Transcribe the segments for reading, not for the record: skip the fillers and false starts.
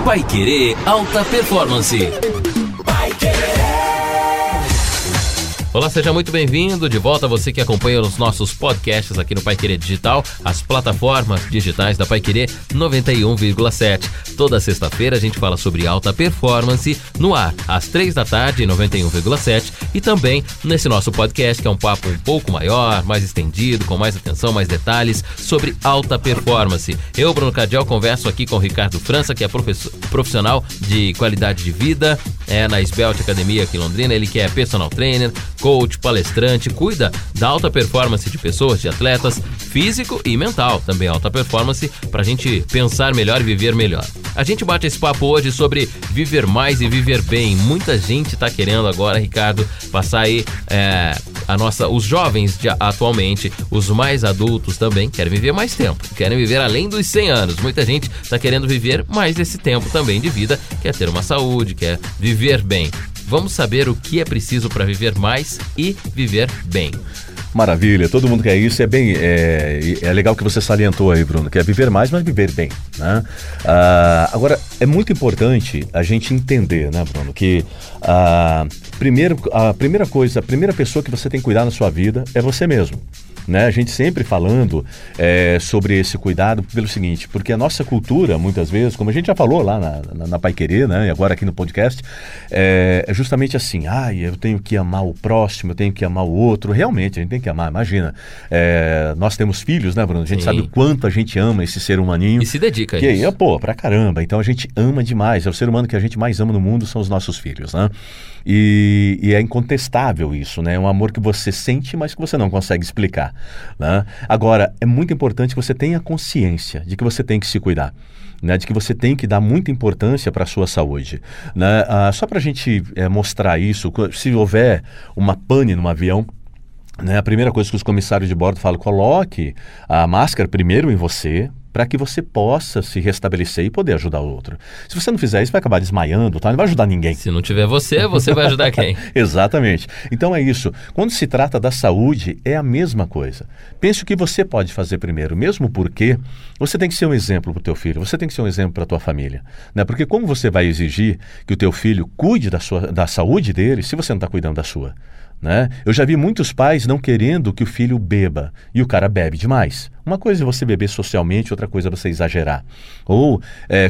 Paiquerê Alta Performance. Olá, seja muito bem-vindo de volta, você que acompanha os nossos podcasts aqui no Paiquerê Digital, as plataformas digitais da Paiquerê 91,7. Toda sexta-feira a gente fala sobre alta performance no ar, às 3 da tarde, 91,7, e também nesse nosso podcast, que é um papo um pouco maior, mais estendido, com mais atenção, mais detalhes sobre alta performance. Eu, Bruno Cardial, converso aqui com o Ricardo França, que é profissional de qualidade de vida, na Svelte Academia aqui em Londrina. Ele que é personal trainer, coach, palestrante, cuida da alta performance de pessoas, de atletas, físico e mental, também alta performance, pra gente pensar melhor e viver melhor. A gente bate esse papo hoje sobre viver mais e viver bem. Muita gente tá querendo agora, Ricardo, passar aí os jovens atualmente, os mais adultos também, querem viver mais tempo, querem viver além dos 100 anos. Muita gente tá querendo viver mais esse tempo também de vida, quer ter uma saúde, quer viver bem. Vamos saber o que é preciso para viver mais e viver bem. Maravilha, todo mundo quer isso. É legal que você salientou aí, Bruno, que é viver mais, mas viver bem, né? Agora, é muito importante a gente entender, né, Bruno, que a primeira pessoa que você tem que cuidar na sua vida é você mesmo. Né? A gente sempre falando sobre esse cuidado pelo seguinte, porque a nossa cultura, muitas vezes, como a gente já falou lá na Paiquerê, né? E agora aqui no podcast, é justamente assim, eu tenho que amar o próximo, eu tenho que amar o outro. Realmente, a gente tem que amar, imagina. Nós temos filhos, né, Bruno? A gente sabe o quanto a gente ama esse ser humaninho. E se dedica a isso. isso. Pra caramba. Então a gente ama demais. É o ser humano que a gente mais ama no mundo, são os nossos filhos, né? E é incontestável isso, né? É um amor que você sente, mas que você não consegue explicar, né? Agora, é muito importante que você tenha consciência de que você tem que se cuidar, né? De que você tem que dar muita importância para a sua saúde, né? Só para a gente mostrar isso, se houver uma pane no avião, né? A primeira coisa que os comissários de bordo falam, coloque a máscara primeiro em você, para que você possa se restabelecer e poder ajudar o outro. Se você não fizer isso, vai acabar desmaiando, tá? Não vai ajudar ninguém. Se não tiver você vai ajudar quem? Exatamente. Então é isso. Quando se trata da saúde, é a mesma coisa. Pense o que você pode fazer primeiro, mesmo porque você tem que ser um exemplo para o teu filho, você tem que ser um exemplo para a tua família, né? Porque como você vai exigir que o teu filho cuide da saúde dele se você não está cuidando da sua? Né? Eu já vi muitos pais não querendo que o filho beba e o cara bebe demais. Uma coisa é você beber socialmente, outra coisa é você exagerar. Ou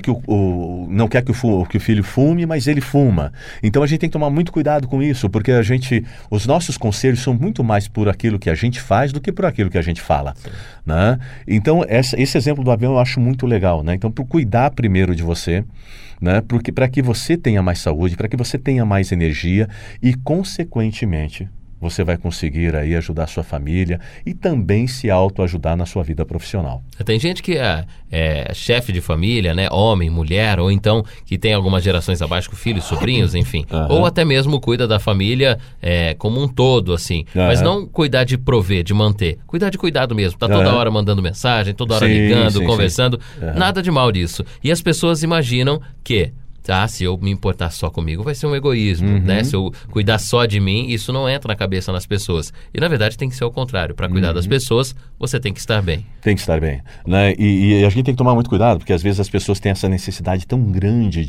não quer que o filho fume, mas ele fuma. Então a gente tem que tomar muito cuidado com isso, porque os nossos conselhos são muito mais por aquilo que a gente faz do que por aquilo que a gente fala, né? Então esse exemplo do avião eu acho muito legal, né? Então, por cuidar primeiro de você, né? Para que você tenha mais saúde, para que você tenha mais energia e, consequentemente, você vai conseguir aí ajudar a sua família e também se autoajudar na sua vida profissional. Tem gente que é chefe de família, né? Homem, mulher, ou então que tem algumas gerações abaixo com filhos, sobrinhos, enfim. Ou até mesmo cuida da família como um todo, assim. Mas não cuidar de prover, de manter. Cuidar de cuidado mesmo. Tá toda hora mandando mensagem, toda hora ligando, conversando. Nada de mal disso. E as pessoas imaginam que se eu me importar só comigo, vai ser um egoísmo, né? Se eu cuidar só de mim, isso não entra na cabeça das pessoas. E, na verdade, tem que ser o contrário. Para cuidar das pessoas, você tem que estar bem. Tem que estar bem, né? E a gente tem que tomar muito cuidado, porque às vezes as pessoas têm essa necessidade tão grande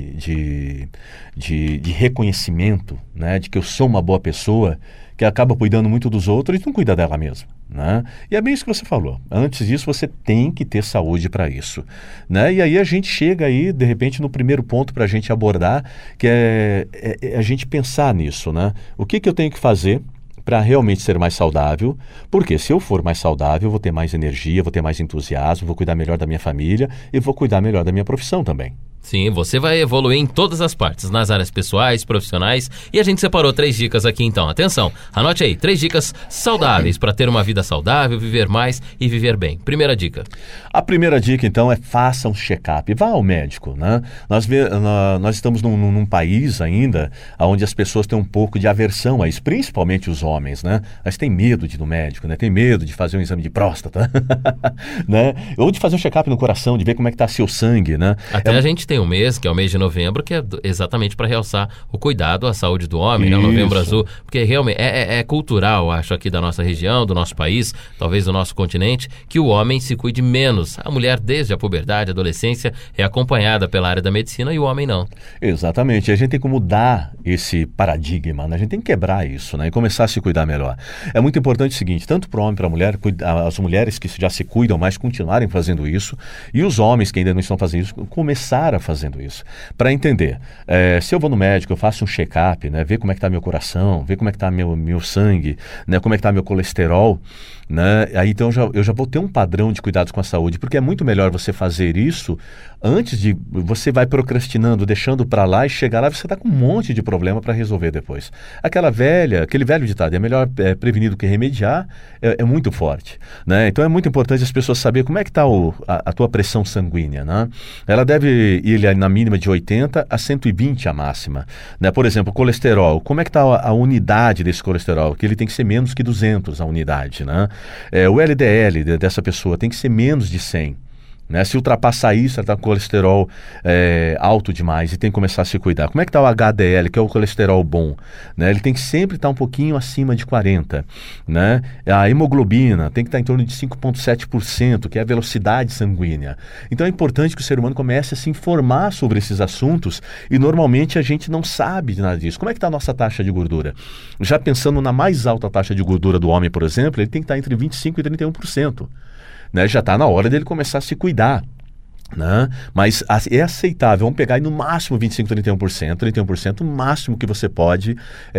de reconhecimento, né? De que eu sou uma boa pessoa, que acaba cuidando muito dos outros e não cuida dela mesma, né? E é bem isso que você falou. Antes disso, você tem que ter saúde para isso, né? E aí a gente chega aí, de repente, no primeiro ponto para a gente abordar, que é a gente pensar nisso, né? O que eu tenho que fazer para realmente ser mais saudável? Porque se eu for mais saudável, eu vou ter mais energia, vou ter mais entusiasmo, vou cuidar melhor da minha família e vou cuidar melhor da minha profissão também. Sim, você vai evoluir em todas as partes, nas áreas pessoais, profissionais, e a gente separou 3 dicas aqui então. Atenção, anote aí, 3 dicas saudáveis para ter uma vida saudável, viver mais e viver bem. Primeira dica. A primeira dica então é faça um check-up, vá ao médico, né? Nós estamos num país ainda onde as pessoas têm um pouco de aversão a isso, principalmente os homens, né? Mas tem medo de ir no médico, né? Tem medo de fazer um exame de próstata, né? Ou de fazer um check-up no coração, de ver como é que está seu sangue, né? Até a gente tem um mês, que é o mês de novembro, que é exatamente para realçar o cuidado à saúde do homem, né? O Novembro Azul, porque realmente é cultural, acho, aqui da nossa região, do nosso país, talvez do nosso continente, que o homem se cuide menos. A mulher, desde a puberdade, a adolescência, é acompanhada pela área da medicina e o homem não. Exatamente. A gente tem que mudar esse paradigma, né? A gente tem que quebrar isso, né? E começar a se cuidar melhor. É muito importante o seguinte, tanto para o homem, para a mulher, as mulheres que já se cuidam mais continuarem fazendo isso, e os homens que ainda não estão fazendo isso, começar a fazendo isso. Para entender, se eu vou no médico, eu faço um check-up, né? Ver como é que está meu coração, ver como é que está meu sangue, né? Como é que está meu colesterol, né? Aí então eu já vou ter um padrão de cuidados com a saúde, porque é muito melhor você fazer isso antes de você vai procrastinando, deixando para lá, e chegar lá você está com um monte de problema para resolver depois. Aquele velho ditado, é melhor prevenir do que remediar, é muito forte, né? Então é muito importante as pessoas saberem como é que está a tua pressão sanguínea, né? Ela deve ir na mínima de 80 a 120 a máxima, né? Por exemplo, o colesterol, como é que está a unidade desse colesterol? Que ele tem que ser menos que 200 a unidade, né? O LDL dessa pessoa tem que ser menos de 100. Né? Se ultrapassar isso, ela está com colesterol alto demais e tem que começar a se cuidar. Como é que está o HDL, que é o colesterol bom? Né? Ele tem que sempre estar um pouquinho acima de 40. Né? A hemoglobina tem que estar em torno de 5,7%, que é a velocidade sanguínea. Então é importante que o ser humano comece a se informar sobre esses assuntos e normalmente a gente não sabe de nada disso. Como é que está a nossa taxa de gordura? Já pensando na mais alta taxa de gordura do homem, por exemplo, ele tem que estar entre 25% e 31%. Né, já está na hora dele começar a se cuidar. Né? Mas é aceitável, vamos pegar aí no máximo 25%, 31%, o máximo que você pode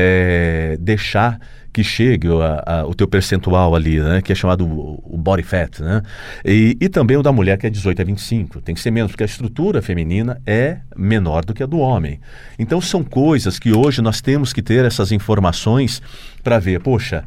deixar que chegue o teu percentual ali, né? Que é chamado o body fat, né? E também o da mulher, que é 18 a 25, tem que ser menos, porque a estrutura feminina é menor do que a do homem. Então são coisas que hoje nós temos que ter essas informações para ver, poxa,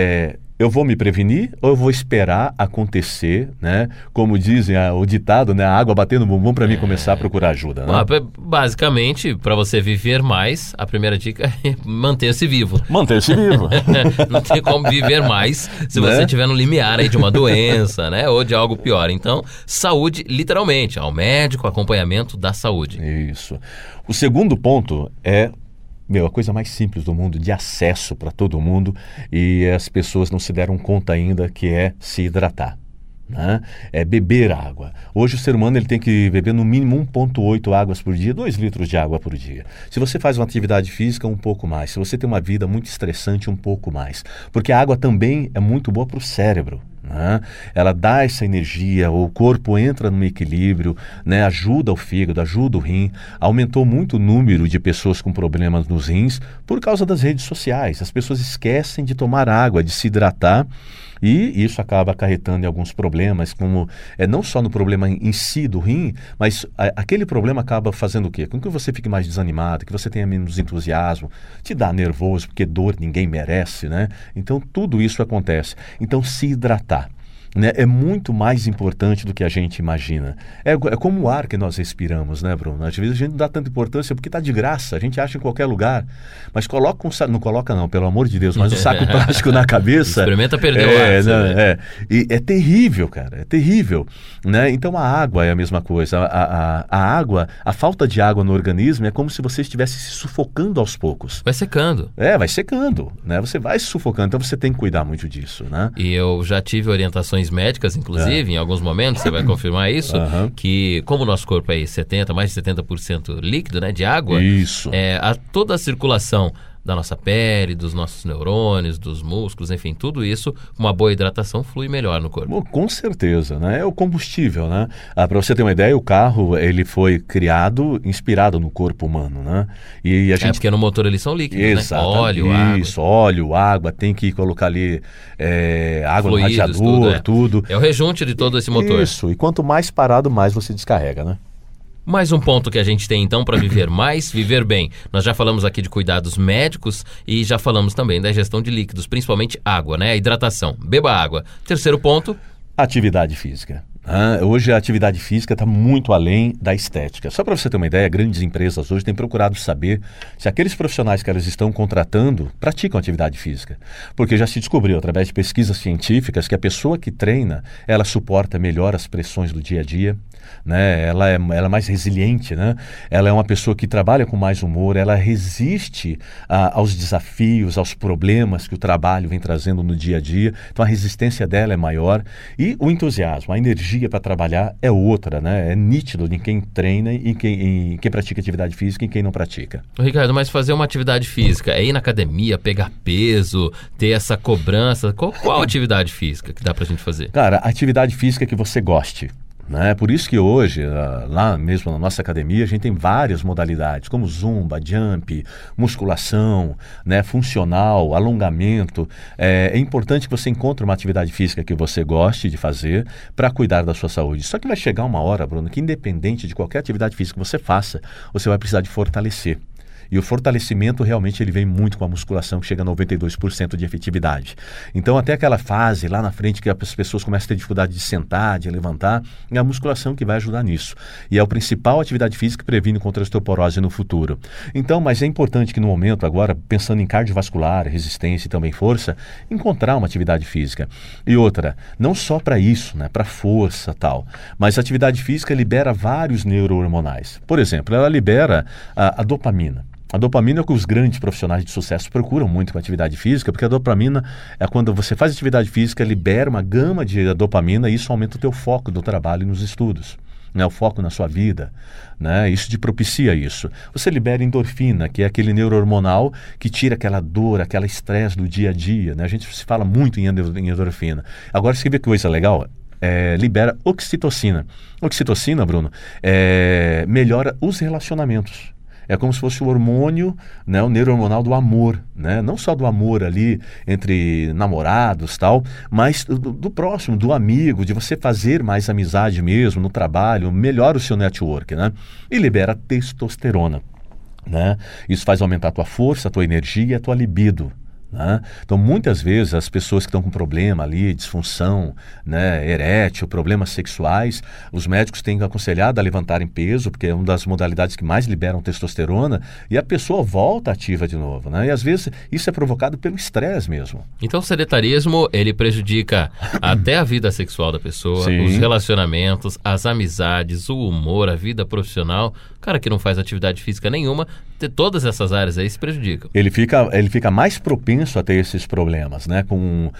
eu vou me prevenir ou eu vou esperar acontecer, né? Como dizem o ditado, né? A água batendo no bumbum para mim começar a procurar ajuda. Né? Basicamente, para você viver mais, a primeira dica é manter-se vivo. Manter-se vivo. Não tem como viver mais se você estiver no limiar aí de uma doença, né? Ou de algo pior. Então, saúde, literalmente, ao médico, acompanhamento da saúde. Isso. O segundo ponto é a coisa mais simples do mundo, de acesso para todo mundo, e as pessoas não se deram conta ainda, que é se hidratar. Né? É beber água. Hoje o ser humano ele tem que beber no mínimo 1,8 águas por dia, 2 litros de água por dia. Se você faz uma atividade física, um pouco mais. Se você tem uma vida muito estressante, um pouco mais. Porque a água também é muito boa para o cérebro. Né? Ela dá essa energia, o corpo entra no equilíbrio, né? Ajuda o fígado, ajuda o rim. Aumentou muito o número de pessoas com problemas nos rins por causa das redes sociais. As pessoas esquecem de tomar água, de se hidratar, e isso acaba acarretando em alguns problemas, como não só no problema em si do rim, mas aquele problema acaba fazendo o quê? Com que você fique mais desanimado, que você tenha menos entusiasmo, te dá nervoso, porque dor ninguém merece, né? Então tudo isso acontece. Então se hidratar, né, é muito mais importante do que a gente imagina. É como o ar que nós respiramos, né, Bruno? Às vezes a gente não dá tanta importância porque está de graça, a gente acha em qualquer lugar. Mas não coloca não, pelo amor de Deus, mas o saco plástico na cabeça... Experimenta perder o ar. Né, E é terrível, cara, é terrível. Né? Então a água é a mesma coisa. A água, a falta de água no organismo é como se você estivesse se sufocando aos poucos. Vai secando. Vai secando, né? Você vai se sufocando, então você tem que cuidar muito disso, né? E eu já tive orientações médicas, inclusive, em alguns momentos, você vai confirmar isso, que como o nosso corpo é mais de 70% líquido, né, de água, isso. Toda a circulação da nossa pele, dos nossos neurônios, dos músculos, enfim, tudo isso, uma boa hidratação flui melhor no corpo. Com certeza, né? É o combustível, né? Para você ter uma ideia, o carro, ele foi criado, inspirado no corpo humano, né? E a gente... porque no motor eles são líquidos, exatamente, né? Óleo, água. Isso, óleo, água, tem que colocar ali água fluidos, no radiador, tudo. É o rejunte de todo esse motor. Isso, e quanto mais parado, mais você descarrega, né? Mais um ponto que a gente tem, então, para viver mais, viver bem. Nós já falamos aqui de cuidados médicos e já falamos também da gestão de líquidos, principalmente água, né? A hidratação. Beba água. Terceiro ponto... atividade física. Hoje a atividade física está muito além da estética. Só para você ter uma ideia, grandes empresas hoje têm procurado saber se aqueles profissionais que elas estão contratando praticam atividade física. Porque já se descobriu, através de pesquisas científicas, que a pessoa que treina, ela suporta melhor as pressões do dia a dia, né? Ela é mais resiliente, né? Ela é uma pessoa que trabalha com mais humor, ela resiste aos desafios, aos problemas que o trabalho vem trazendo no dia a dia. Então a resistência dela é maior e o entusiasmo, a energia para trabalhar é outra, né? É nítido em quem treina e quem pratica atividade física e quem não pratica. Ricardo, mas fazer uma atividade física é ir na academia, pegar peso, ter essa cobrança? Qual atividade física que dá pra gente fazer? Cara, atividade física que você goste. Né? Por isso que hoje, lá mesmo na nossa academia, a gente tem várias modalidades, como zumba, jump, musculação, né? Funcional, alongamento. É importante que você encontre uma atividade física que você goste de fazer para cuidar da sua saúde. Só que vai chegar uma hora, Bruno, que independente de qualquer atividade física que você faça, você vai precisar de fortalecer. E o fortalecimento realmente ele vem muito com a musculação, que chega a 92% de efetividade. Então até aquela fase lá na frente que as pessoas começam a ter dificuldade de sentar, de levantar, é a musculação que vai ajudar nisso. E é a principal atividade física que previne contra a osteoporose no futuro. Então, mas é importante que no momento agora, pensando em cardiovascular, resistência e também força, encontrar uma atividade física. E outra, não só para isso, né, para força e tal, mas a atividade física libera vários neurohormonais. Por exemplo, ela libera a dopamina. A dopamina é o que os grandes profissionais de sucesso procuram muito com a atividade física, porque a dopamina é quando você faz atividade física, libera uma gama de dopamina e isso aumenta o teu foco do trabalho e nos estudos, né? O foco na sua vida, né? Isso te propicia isso. Você libera endorfina, que é aquele neurohormonal que tira aquela dor, aquela estresse do dia a dia, né? A gente se fala muito em endorfina. Agora, você vê que coisa legal? Libera oxitocina. Oxitocina, Bruno, melhora os relacionamentos. É como se fosse o hormônio, né, o neurohormonal do amor, né? Não só do amor ali entre namorados tal, mas do próximo, do amigo, de você fazer mais amizade mesmo no trabalho, melhora o seu network, né? E libera testosterona, né? Isso faz aumentar a tua força, a tua energia, a tua libido. Né? Então muitas vezes as pessoas que estão com problema ali, disfunção, né, erétil, problemas sexuais, os médicos têm aconselhado a levantarem peso, porque é uma das modalidades que mais liberam testosterona, e a pessoa volta ativa de novo, né? E às vezes isso é provocado pelo estresse mesmo. Então o sedentarismo, ele prejudica até a vida sexual da pessoa, Sim. Os relacionamentos, as amizades, o humor, a vida profissional. O cara que não faz atividade física nenhuma, todas essas áreas aí se prejudicam. Ele fica mais propenso a ter esses problemas, né?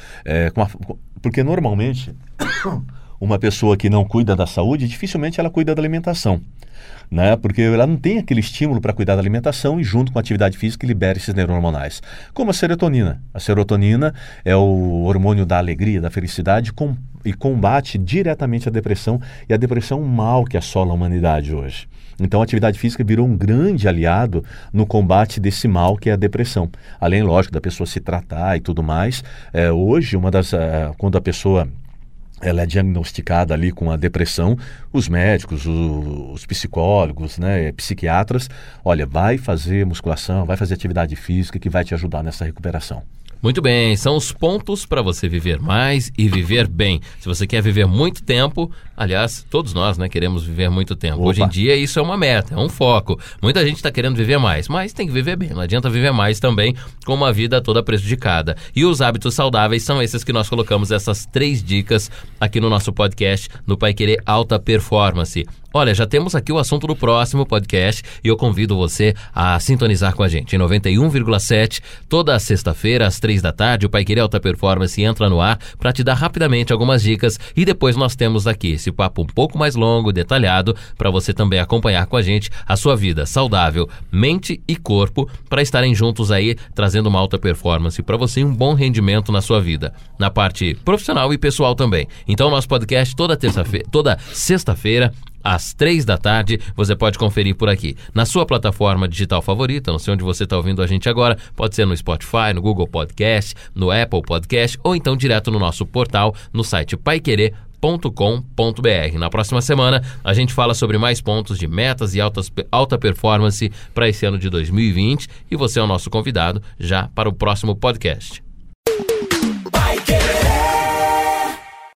Porque normalmente uma pessoa que não cuida da saúde, dificilmente ela cuida da alimentação, né? Porque ela não tem aquele estímulo para cuidar da alimentação e junto com a atividade física libera esses neurohormonais. Como a serotonina. A serotonina é o hormônio da alegria, da felicidade e combate diretamente a depressão. E a depressão é um mal que assola a humanidade hoje. Então a atividade física virou um grande aliado no combate desse mal que é a depressão. Além, lógico, da pessoa se tratar e tudo mais. Hoje, quando a pessoa ela é diagnosticada ali com a depressão, os médicos, os psicólogos, né, psiquiatras, olha, vai fazer musculação, vai fazer atividade física que vai te ajudar nessa recuperação. Muito bem, são os pontos para você viver mais e viver bem. Se você quer viver muito tempo, aliás, todos nós, né, queremos viver muito tempo. Opa. Hoje em dia isso é uma meta, é um foco. Muita gente está querendo viver mais, mas tem que viver bem. Não adianta viver mais também com uma vida toda prejudicada. E os hábitos saudáveis são esses que nós colocamos, essas 3 dicas aqui no nosso podcast, no Pai Querer Alta Performance. Olha, já temos aqui o assunto do próximo podcast e eu convido você a sintonizar com a gente em 91,7, toda sexta-feira às 3 da tarde, o Pai Querer Alta Performance entra no ar para te dar rapidamente algumas dicas e depois nós temos aqui esse papo um pouco mais longo, detalhado, para você também acompanhar com a gente a sua vida saudável, mente e corpo, para estarem juntos aí, trazendo uma alta performance para você e um bom rendimento na sua vida, na parte profissional e pessoal também. Então, nosso podcast toda sexta-feira, às 3 da tarde, você pode conferir por aqui, na sua plataforma digital favorita, não sei onde você está ouvindo a gente agora, pode ser no Spotify, no Google Podcast, no Apple Podcast, ou então direto no nosso portal, no site paiquerer.com.br. Na próxima semana, a gente fala sobre mais pontos de metas e alta performance para esse ano de 2020 e você é o nosso convidado já para o próximo podcast.